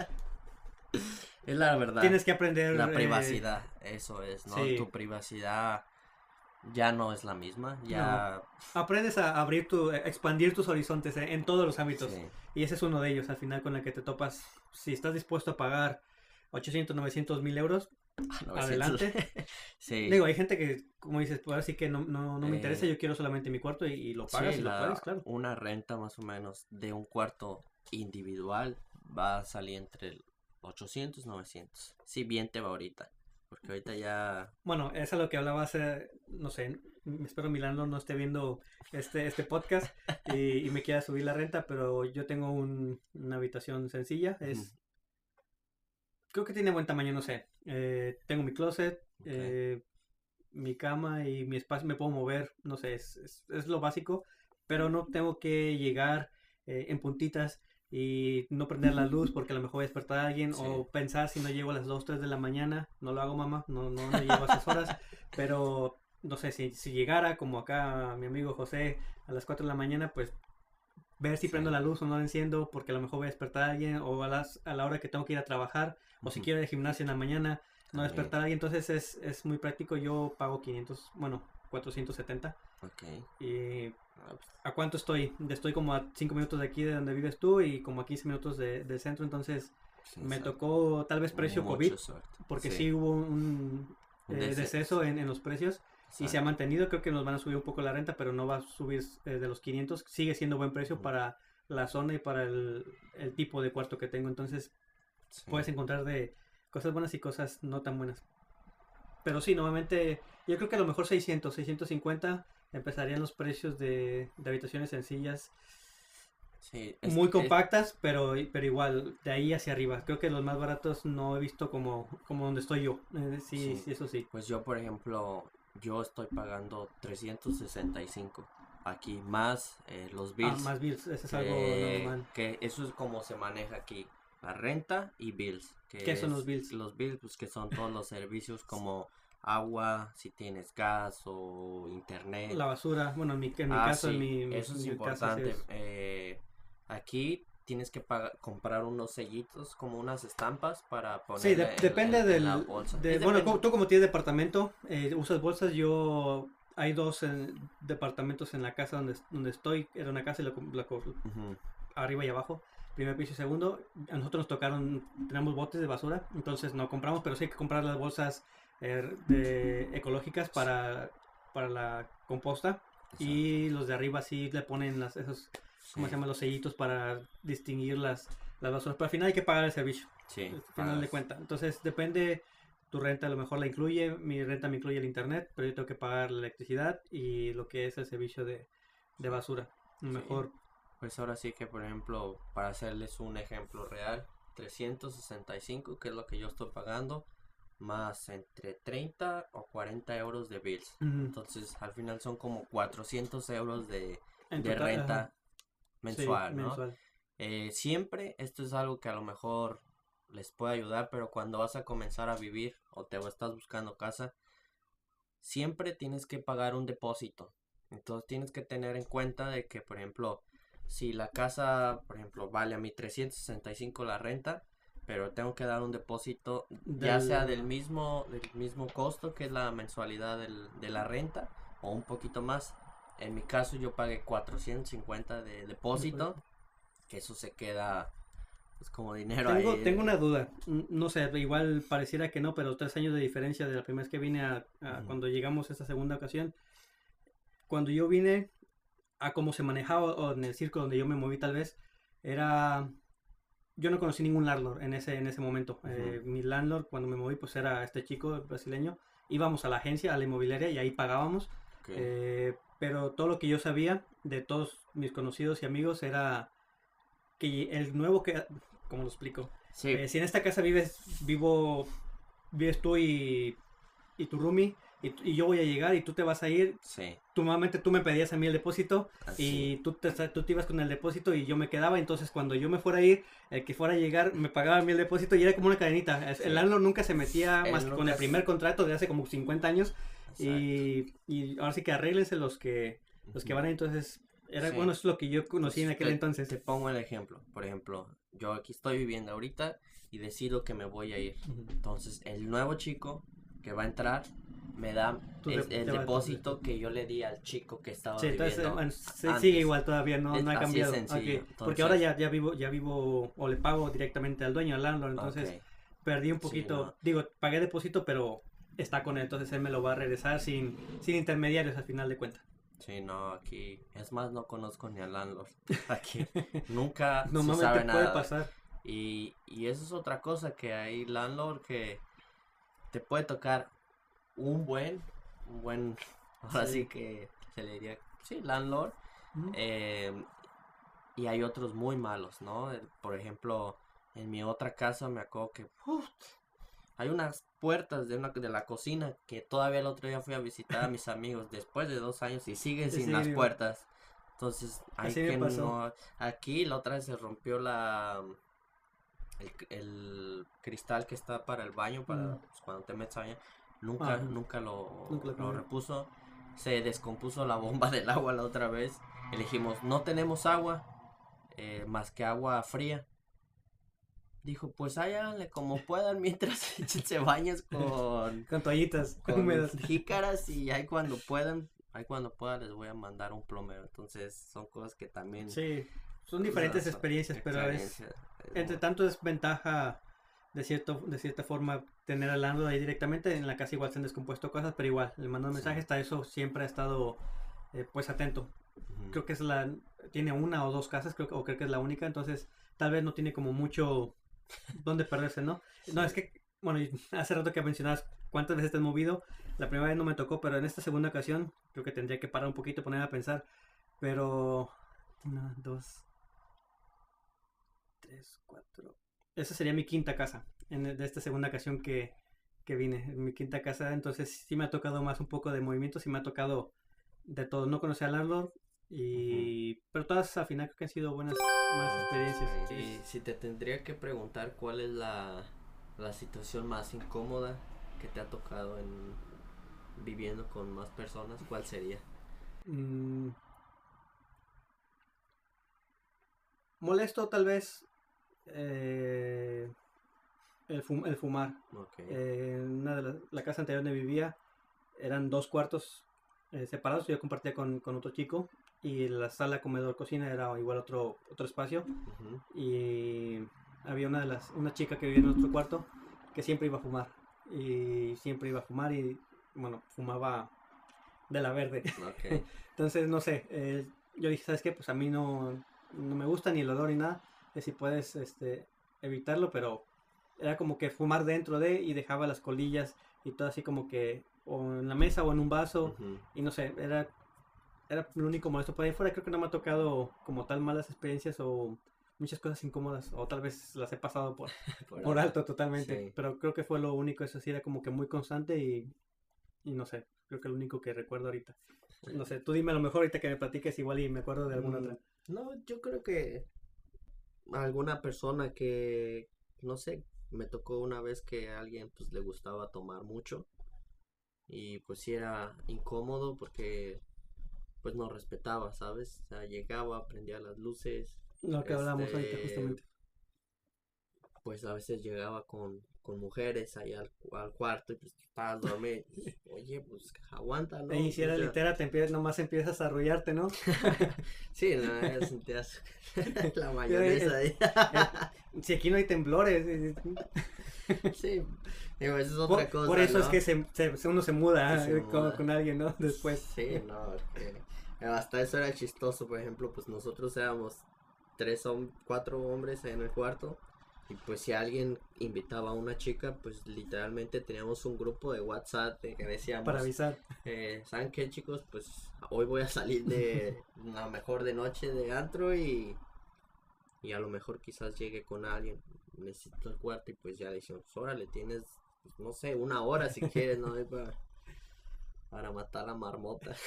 Es la verdad. tienes que aprender... La eh, privacidad, eso es, ¿no? sí. Tu privacidad ya no es la misma, ya... aprendes a abrir tu, a expandir tus horizontes eh, en todos los ámbitos, Sí, y ese es uno de ellos, al final con el que te topas, si estás dispuesto a pagar ochocientos, novecientos mil euros, novecientos. adelante. Sí, Digo, hay gente que, como dices, pues ahora sí que no, no, no me Eh, interesa, yo quiero solamente mi cuarto y, y lo pagas sí, y lo la- pagas, claro. una renta más o menos de un cuarto individual va a salir entre ochocientos, novecientos. Si bien te va ahorita, porque ahorita ya... Bueno, es a lo que hablaba hace, no sé, m- espero Milano no esté viendo este, este podcast y, y me quiera subir la renta, pero yo tengo un- una habitación sencilla, es, Ujú. creo que tiene buen tamaño, no sé, eh, tengo mi closet, Ok. eh, mi cama y mi espacio, me puedo mover, no sé, es, es, es lo básico, pero no tengo que llegar eh, en puntitas y no prender la luz porque a lo mejor voy a despertar a alguien, Sí. o pensar si no llego a las dos, tres de la mañana, no lo hago, mamá, no, no, no llego a esas horas, pero no sé, si, si llegara como acá mi amigo José a las cuatro de la mañana, pues ver si Sí. prendo la luz o no la enciendo porque a lo mejor voy a despertar a alguien, o a, las, a la hora que tengo que ir a trabajar, o si Ujú. quiero ir al gimnasio en la mañana, no También. despertar a alguien. Entonces es, es muy práctico. Yo pago quinientos, bueno, cuatrocientos setenta. Ok. ¿Y Ah, pues, a cuánto estoy? Estoy como a cinco minutos de aquí de donde vives tú y como a quince minutos de- del centro. Entonces sí, me exacto. tocó tal vez precio Mucha COVID, suerte. porque sí, Sí. hubo un Un eh, deceso. deceso en, en los precios. Y se ha Exacto. mantenido. Creo que nos van a subir un poco la renta, pero no va a subir eh, de los quinientos. Sigue siendo buen precio Ujú. para la zona y para el, el tipo de cuarto que tengo. Entonces Sí. puedes encontrar de cosas buenas y cosas no tan buenas. Pero sí, normalmente yo creo que a lo mejor seiscientos, seiscientos cincuenta empezarían los precios de, de habitaciones sencillas, Sí, es- muy es- compactas, pero, pero igual de ahí hacia arriba. Creo que los más baratos no he visto como, como donde estoy yo. Eh, sí, Sí. sí, eso sí. Pues yo, por ejemplo, yo estoy pagando trescientos sesenta y cinco aquí, más eh, los Ah, bills. más bills, eso es algo que, normal. que eso es como se maneja aquí, la renta y bills. Que ¿Qué son es- los bills? Los bills, pues que son todos los servicios como agua, si tienes gas o internet. La basura, bueno, en mi, en mi Ah, caso, en sí, mi, eso en es mi caso sí importante. es. Eh, aquí tienes que pagar, comprar unos sellitos, como unas estampas para Sí, de- ponerle en, depende en- en la del... bolsa. De, Es bueno, depende. como- tú como tienes departamento, eh, usas bolsas. Yo... Hay dos eh, departamentos en la casa donde, donde estoy. Era una casa y la, com- la co- Ujú, arriba y abajo. Primer piso y segundo. A nosotros nos tocaron... Tenemos botes de basura. Entonces no compramos, pero sí hay que comprar las bolsas eh, de, ecológicas para, para la composta. exacto. Y los de arriba sí le ponen las, esos... ¿Cómo Sí, se llaman? Los sellitos para distinguir las, las basuras. Pero al final hay que pagar el servicio. sí, Al final de pagas. cuentas. Entonces depende, tu renta a lo mejor la incluye, mi renta me incluye el internet, pero yo tengo que pagar la electricidad y lo que es el servicio de, de basura. A lo Sí. mejor, Pues ahora sí que, por ejemplo, para hacerles un ejemplo real, trescientos sesenta y cinco, que es lo que yo estoy pagando, más entre treinta o cuarenta euros de bills. ujú, Entonces, al final son como cuatrocientos euros de, en de total, renta ajá, sí, mensual, ¿no? mensual. Eh, siempre esto es algo que a lo mejor les puede ayudar, pero cuando vas a comenzar a vivir o te estás buscando casa, siempre tienes que pagar un depósito. Entonces tienes que tener en cuenta de que, por ejemplo, si la casa, por ejemplo, vale a mí trescientos sesenta y cinco la renta, pero tengo que dar un depósito, ya sea del Del, mismo, del mismo costo que es la mensualidad del- de la renta o un poquito más. En mi caso yo pagué cuatrocientos cincuenta de depósito, que eso se queda pues como dinero tengo, ahí. tengo una duda, n- no sé, igual pareciera que no, pero tres años de diferencia de la primera vez que vine a, a Ujú. cuando llegamos a esta segunda ocasión. Cuando yo vine a cómo se manejaba, o en el circo donde yo me moví tal vez, era... Yo no conocí ningún landlord en ese, en ese momento. Ujú. Eh, mi landlord cuando me moví pues era este chico brasileño. Íbamos a la agencia, a la inmobiliaria y ahí pagábamos. Ok. Eh, pero todo lo que yo sabía de todos mis conocidos y amigos era que el nuevo que... ¿Cómo lo explico? Sí, Eh, si en esta casa vives, vivo, vives tú y, y tu roomie y, y yo voy a llegar y tú te vas a ir, sí, tú, normalmente tú me pedías a mí el depósito así. y tú te, tú te ibas con el depósito y yo me quedaba. Entonces cuando yo me fuera a ir, el que fuera a llegar me pagaba a mí el depósito y era como una cadenita. Es- Sí. El landlord nunca se metía Él más que con nunca el se- primer contrato de hace como cincuenta años. Exacto. Y, y ahora sí que arréglense los que, los que Ujú. van ahí. Entonces, era, Sí. bueno, eso es lo que yo conocí en Pues, aquel te- entonces. Te pongo el ejemplo. Por ejemplo, yo aquí estoy viviendo ahorita y decido que me voy a ir. Ujú. Entonces, el nuevo chico que va a entrar me da Tu el, de- el te va- depósito que yo le di al chico que estaba Sí, entonces viviendo bueno, sí, antes. sigue igual todavía, no, Es- no ha así es cambiado. sencillo. Ok, porque ahora Entonces, ya, ya vivo, ya vivo o le pago directamente al dueño, al landlord, entonces ok, perdí un sí, poquito, no. digo, pagué depósito, pero está con él, entonces él me lo va a regresar sin, sin intermediarios al final de cuentas. Sí, no, aquí, es más, no conozco ni al landlord. Aquí nunca se Normalmente sabe puede nada. pasar. Y, y eso es otra cosa, que hay landlord que te puede tocar un buen, un buen, ahora Sí. sí que se le diría, sí, landlord, Ujú. eh, y hay otros muy malos, ¿no? Eh, Por ejemplo, en mi otra casa me acuerdo que uf, hay unas puertas de, una, de la cocina que todavía el otro día fui a visitar a mis amigos después de dos años y siguen Sí, sin sí, las digo. puertas. Entonces, hay Así me que pasó. no... Aquí la otra vez se rompió la... El, el cristal que está para el baño, para Mm. pues, cuando te metes a bañar. Nunca, Ajá. nunca lo, Nunca lo lo cambié. repuso. Se descompuso la bomba del agua la otra vez. Y le dijimos, no tenemos agua, eh, más que agua fría. Dijo, pues háganle como puedan mientras se bañas con, Con toallitas con húmedas. jícaras y ahí cuando puedan, ahí cuando puedan les voy a mandar un plomero. Entonces son cosas que también... Sí, son o diferentes sea, son experiencias, pero es, experiencias, es entre muy- tanto es ventaja de cierto, de cierta forma tener al landlord ahí directamente. En la casa igual se han descompuesto cosas, pero igual, le mando un Sí. mensaje, hasta eso siempre ha estado eh, pues atento. Ujú. Creo que es la, tiene una o dos casas, creo, que- o creo que es la única, entonces tal vez no tiene como mucho donde perderse, ¿no? No, es que, bueno, y hace rato que mencionabas cuántas veces te has movido, la primera vez no me tocó, pero en esta segunda ocasión creo que tendría que parar un poquito, ponerme a pensar, pero... Una, dos, tres, cuatro... Esa sería mi quinta casa, en, de esta segunda ocasión que, que vine, en mi quinta casa, entonces sí me ha tocado más un poco de movimiento, sí me ha tocado de todo, no conocí al landlord, y... pero todas al final creo que han sido buenas, buenas experiencias. Y si te tendría que preguntar cuál es la, la situación más incómoda que te ha tocado en viviendo con más personas, ¿cuál sería? Mm, molesto tal vez eh, el, fum- el fumar. Ok. Eh, en una de las- la casa anterior donde vivía eran dos cuartos eh, separados. Yo compartía con, con otro chico y la sala, comedor, cocina era igual otro, otro espacio. Ujú. Y había una de las una chica que vivía en otro cuarto que siempre iba a fumar y siempre iba a fumar y bueno, fumaba de la verde. Ok. Entonces, no sé, eh, yo dije, ¿sabes qué? Pues a mí no, no me gusta ni el olor ni nada, que si puedes este, evitarlo, pero era como que fumar dentro de y dejaba las colillas y todo así como que o en la mesa o en un vaso Ujú. y no sé, era, era lo único molesto. Por ahí fuera creo que no me ha tocado como tal malas experiencias o muchas cosas incómodas o tal vez las he pasado por, Por por alto. alto totalmente, Sí. pero creo que fue lo único, eso sí era como que muy constante y, y no sé, creo que lo único que recuerdo ahorita. No sé, tú dime a lo mejor ahorita que me platiques igual y me acuerdo de alguna Mm, otra. No, yo creo que alguna persona que, no sé, me tocó una vez que a alguien pues le gustaba tomar mucho y pues sí era incómodo porque pues no respetaba, ¿sabes? O sea, llegaba, prendía las luces, Lo que hablamos ahorita este, justamente. pues a veces llegaba con, con mujeres ahí al, al cuarto y pues estabas dormido, y, pues, oye, pues aguanta, ¿no? Y si O eres sea, litera, te empiezas, nomás empiezas a arrullarte, ¿no? sí, no, ya sentías la Eh, mayonesa ahí. eh, si aquí no hay temblores. eh, Sí, digo, eso es Por, otra cosa, por eso es ¿no? que se, se- uno se muda, Se eh, con, muda. con alguien, ¿no? Después. Sí, no, que hasta eso era chistoso, por ejemplo, pues nosotros éramos tres, hom- cuatro hombres ahí en el cuarto y pues si alguien invitaba a una chica, pues literalmente teníamos un grupo de WhatsApp de que decíamos, Para avisar. eh, ¿saben qué, chicos? Pues hoy voy a salir de, a lo mejor de noche de antro y, y a lo mejor quizás llegue con alguien, necesito el cuarto y pues ya le decimos, pues, órale, tienes, pues, no sé, una hora si quieres, ¿no? Ahí para, para matar la marmota.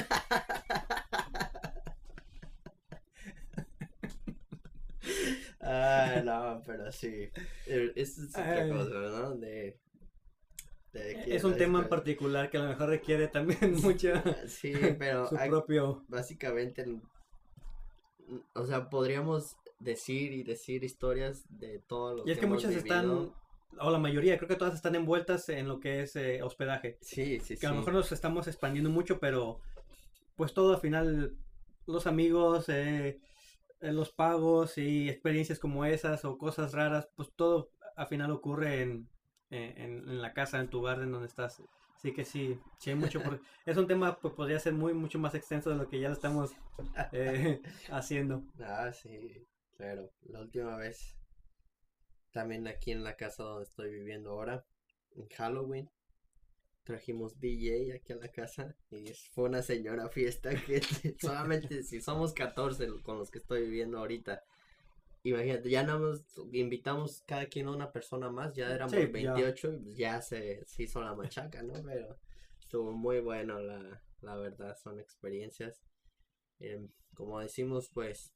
Ah, no, pero sí. Eh, Eso es otra Ay. cosa, ¿no? De, de que Es un las tema en escuelas- particular que a lo mejor requiere también mucho Sí, pero su hay- propio. básicamente, mm, o sea, podríamos decir y decir historias de todo lo Y es que hemos muchas están, vivido. o la mayoría, creo que todas están envueltas en lo que es eh, hospedaje. Sí, sí, Que a lo sí. mejor nos estamos expandiendo mucho, pero pues todo al final, los amigos, eh, eh, los pagos y experiencias como esas o cosas raras, pues todo al final ocurre en, en, en- en la casa, en tu hogar, en donde estás. Así que sí, sí hay mucho. Por... Es un tema, pues podría ser muy, mucho más extenso de lo que ya lo estamos eh, haciendo. Ah, sí, claro. La última vez, también aquí en la casa donde estoy viviendo ahora, en Halloween, trajimos D J aquí a la casa y es- fue una señora fiesta que solamente si somos catorce con los que estoy viviendo ahorita. Imagínate, ya nada más invitamos cada quien a una persona más, ya éramos Sí, ya. veintiocho y pues ya se, se hizo la machaca, ¿no? Pero estuvo muy bueno, la, la verdad, son experiencias. Eh, como decimos, pues,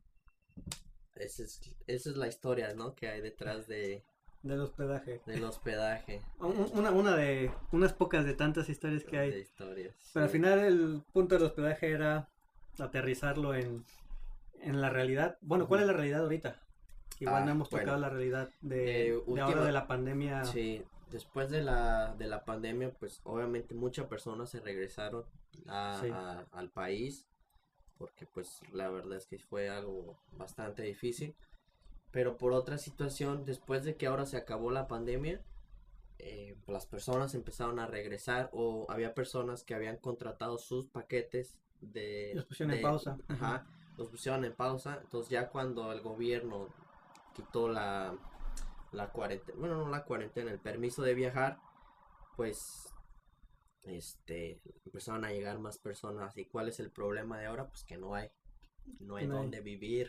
esa es, esa es la historia, ¿no? Que hay detrás de, Del hospedaje. del hospedaje. Un- Una, una de, unas pocas de tantas historias que hay. De historias. Pero al sí. final el punto del hospedaje era aterrizarlo en, en la realidad. Bueno, ¿cuál Ujú. es la realidad ahorita? Igual Ah, no hemos tocado bueno. la realidad de, Eh, de última- ahora de la pandemia. Sí, después de la, de la pandemia, pues obviamente muchas personas se regresaron a, Sí. a- al país, porque pues la verdad es que fue algo bastante difícil. Pero por otra situación, después de que ahora se acabó la pandemia, eh, las personas empezaron a regresar o había personas que habían contratado sus paquetes de... Los pusieron en de- pausa. Ajá, los pusieron en pausa. Entonces ya cuando el gobierno quitó la, la cuarentena, bueno, no la cuarentena, el permiso de viajar, pues este empezaron a llegar más personas. ¿Y cuál es el problema de ahora? Pues que no hay, no hay No hay. dónde vivir.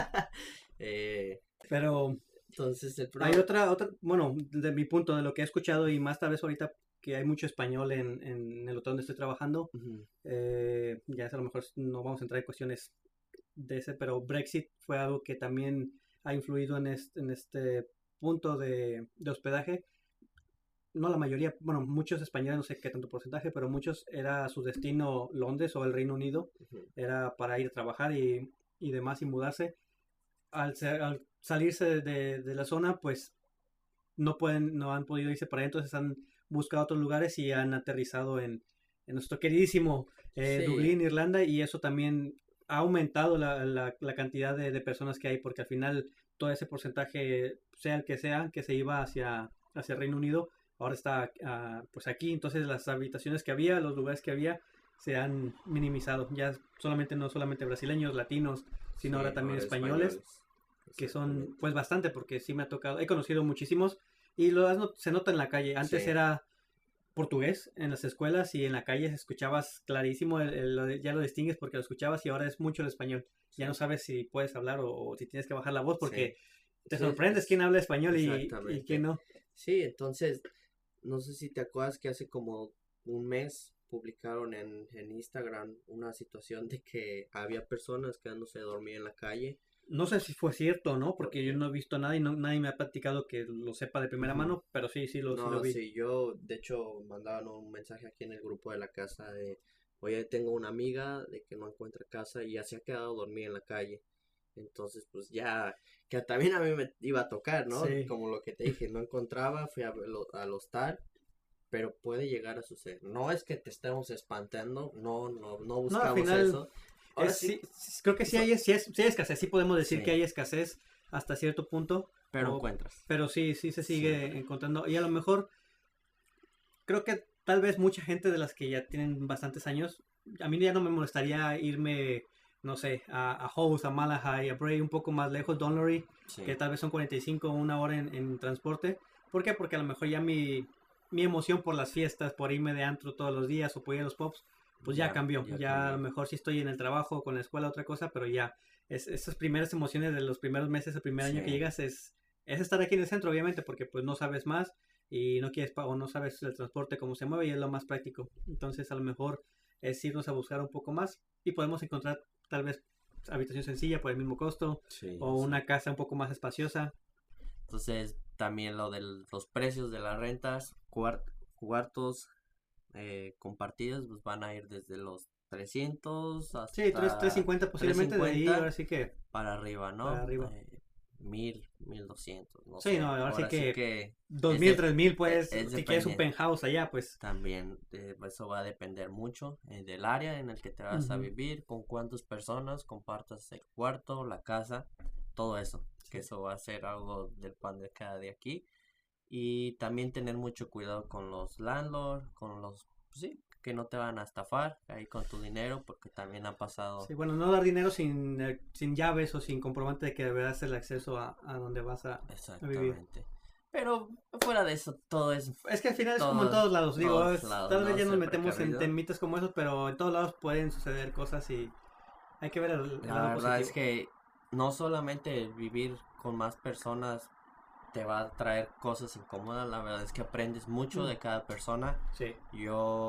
Eh, Pero entonces el hay problema... otra, otra, bueno, de mi punto, de lo que he escuchado y más tal vez ahorita que hay mucho español en, en el hotel donde estoy trabajando, Ujú, eh, ya es a lo mejor no vamos a entrar en cuestiones de ese, pero Brexit fue algo que también ha influido en este, en este punto de, de hospedaje. No la mayoría, bueno, muchos españoles, no sé qué tanto porcentaje, pero muchos era su destino Londres o el Reino Unido, ujú. era para ir a trabajar y, y demás y mudarse. Al, ser- al salirse de, de la zona, pues no pueden, no han podido irse para allá, entonces han buscado otros lugares y han aterrizado en, en nuestro queridísimo eh, Sí. Dublín, Irlanda, y eso también ha aumentado la, la, la cantidad de, de personas que hay, porque al final todo ese porcentaje, sea el que sea, que se iba hacia, hacia Reino Unido, ahora está ah, pues aquí, entonces las habitaciones que había, los lugares que había, se han minimizado, ya solamente no solamente brasileños, latinos, sino Sí, ahora también ahora españoles, que son Exactamente. pues bastante, porque sí me ha tocado, he conocido muchísimos y lo has not- se nota en la calle. Antes Sí. era portugués en las escuelas y en la calle escuchabas clarísimo, el- el- lo- ya lo distingues porque lo escuchabas y ahora es mucho el español. Ya no sabes si puedes hablar o, o si tienes que bajar la voz porque te Sí, sorprendes es- quién habla español y, y exactamente. quién no. Sí, entonces, no sé si te acuerdas que hace como un mes publicaron en, en Instagram una situación de que había personas quedándose dormir en la calle. No sé si fue cierto o no, porque yo no he visto nada y no, nadie me ha platicado que lo sepa de primera Ujú. mano, pero sí, sí lo, sí lo No, vi. sí, yo, de hecho, mandaban un mensaje aquí en el grupo de la casa de, oye, tengo una amiga de que no encuentra casa y ya se ha quedado dormida en la calle. Entonces, pues ya, que también a mí me iba a tocar, ¿no? Sí. Como lo que te dije, no encontraba, fui a verlo- al hostal, pero puede llegar a suceder. No es que te estemos espantando, no, no, no buscamos final, eso. Ahora Es- sí, sí, sí, creo que sí hay, sí, es- sí hay escasez, sí podemos decir Sí. que hay escasez hasta cierto punto, pero o- encuentras. pero sí, sí se sigue Siempre. encontrando. Y a lo mejor, creo que tal vez mucha gente de las que ya tienen bastantes años, a mí ya no me molestaría irme, no sé, a, a Howes, a Malahide, a Bray, un poco más lejos, Dunleary, Sí. que tal vez son cuarenta y cinco o una hora en, en transporte. ¿Por qué? Porque a lo mejor ya mi, mi emoción por las fiestas, por irme de antro todos los días o por ir a los pops, pues ya, Ya, cambió. ya Ya, a lo cambió. mejor sí estoy en el trabajo, con la escuela, otra cosa, pero ya es, esas primeras emociones de los primeros meses, el primer año que Sí. llegas es, es estar aquí en el centro, obviamente, porque pues no sabes más y no quieres pa- o no sabes el transporte cómo se mueve y es lo más práctico. Entonces a lo mejor es irnos a buscar un poco más y podemos encontrar tal vez habitación sencilla por el mismo costo Sí, o sí. una casa un poco más espaciosa. Entonces, también lo de los precios de las rentas, cuart- cuartos eh, compartidos, pues van a ir desde los trescientos hasta Sí, tres- trescientos cincuenta posiblemente, de ahí trescientos cincuenta ahora sí que para arriba, ¿no? para arriba. Eh, mil, mil doscientos, no Sí, sé. no, ahora sí que dos es mil, de- tres mil, pues, es si quieres un dependiente. penthouse allá, pues También eh, eso va a depender mucho eh, del área en el que te vas a Ujú. vivir, con cuántas personas compartas el cuarto, la casa, todo eso. Que eso va a ser algo del pan de cada día aquí. Y también tener mucho cuidado con los landlords, con los, pues sí, que no te van a estafar ahí con tu dinero, porque también ha pasado. sí, bueno, no dar dinero sin, eh, sin llaves o sin comprobante de que de verdad es el acceso a, a donde vas a, a vivir. Exactamente. Pero fuera de eso, todo es Es que al final es como en Todos- todos lados, digo, todos es- lados, tal vez ¿no? ya nos Ser metemos en precavido. temitas como esos, pero en todos lados pueden suceder cosas y hay que ver el, el La lado verdad es positivo. que no solamente el vivir con más personas te va a traer cosas incómodas, la verdad es que aprendes mucho Mm. de cada persona. Sí, Yo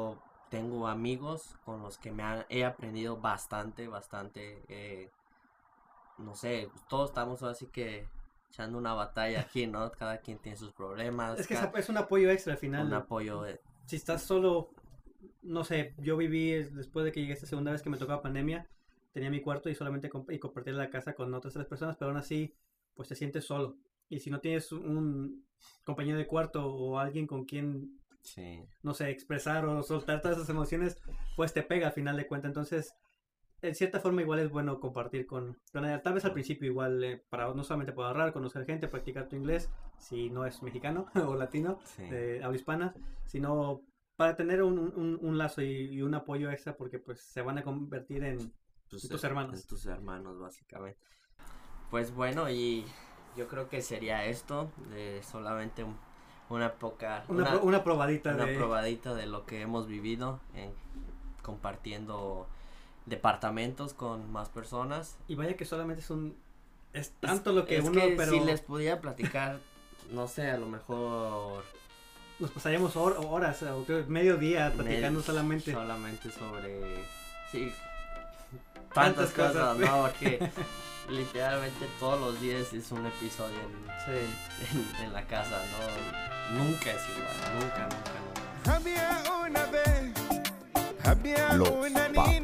tengo amigos con los que me han, he aprendido bastante, bastante, eh, no sé, todos estamos así que echando una batalla aquí, ¿no? Cada quien tiene sus problemas. Es que cada, es un apoyo extra al final. un apoyo. De, si estás solo, no sé, yo viví después de que llegué esta segunda vez que me tocaba pandemia, tenía mi cuarto y solamente comp- y compartía la casa con otras tres personas, pero aún así, pues te sientes solo. Y si no tienes un compañero de cuarto o alguien con quien, sí. no sé, expresar o soltar todas esas emociones, pues te pega al final de cuentas. Entonces, en cierta forma igual es bueno compartir con, con ella. Tal vez al principio igual, eh, para no solamente para ahorrar, conocer gente, practicar tu inglés, si no es mexicano o latino, Sí. de habla hispana, sino para tener un, un, un lazo y, y un apoyo extra, porque pues se van a convertir en Tus, tus hermanos. En tus hermanos, básicamente. Pues bueno, y yo creo que sería esto, de solamente un, una poca... Una, una, pro- una probadita una de... probadita de lo que hemos vivido en compartiendo departamentos con más personas. Y vaya que solamente es un... Es tanto lo que es uno, que pero si les pudiera platicar, no sé, a lo mejor nos pasaríamos hor- horas, o creo, medio día platicando me- solamente. solamente sobre sí Tantas tantas cosas, cosas. no, porque literalmente todos los días es un episodio en, Sí. en, en la casa, no, nunca es igual, nunca, nunca, nunca. Había una vez, había Los una Papas. niña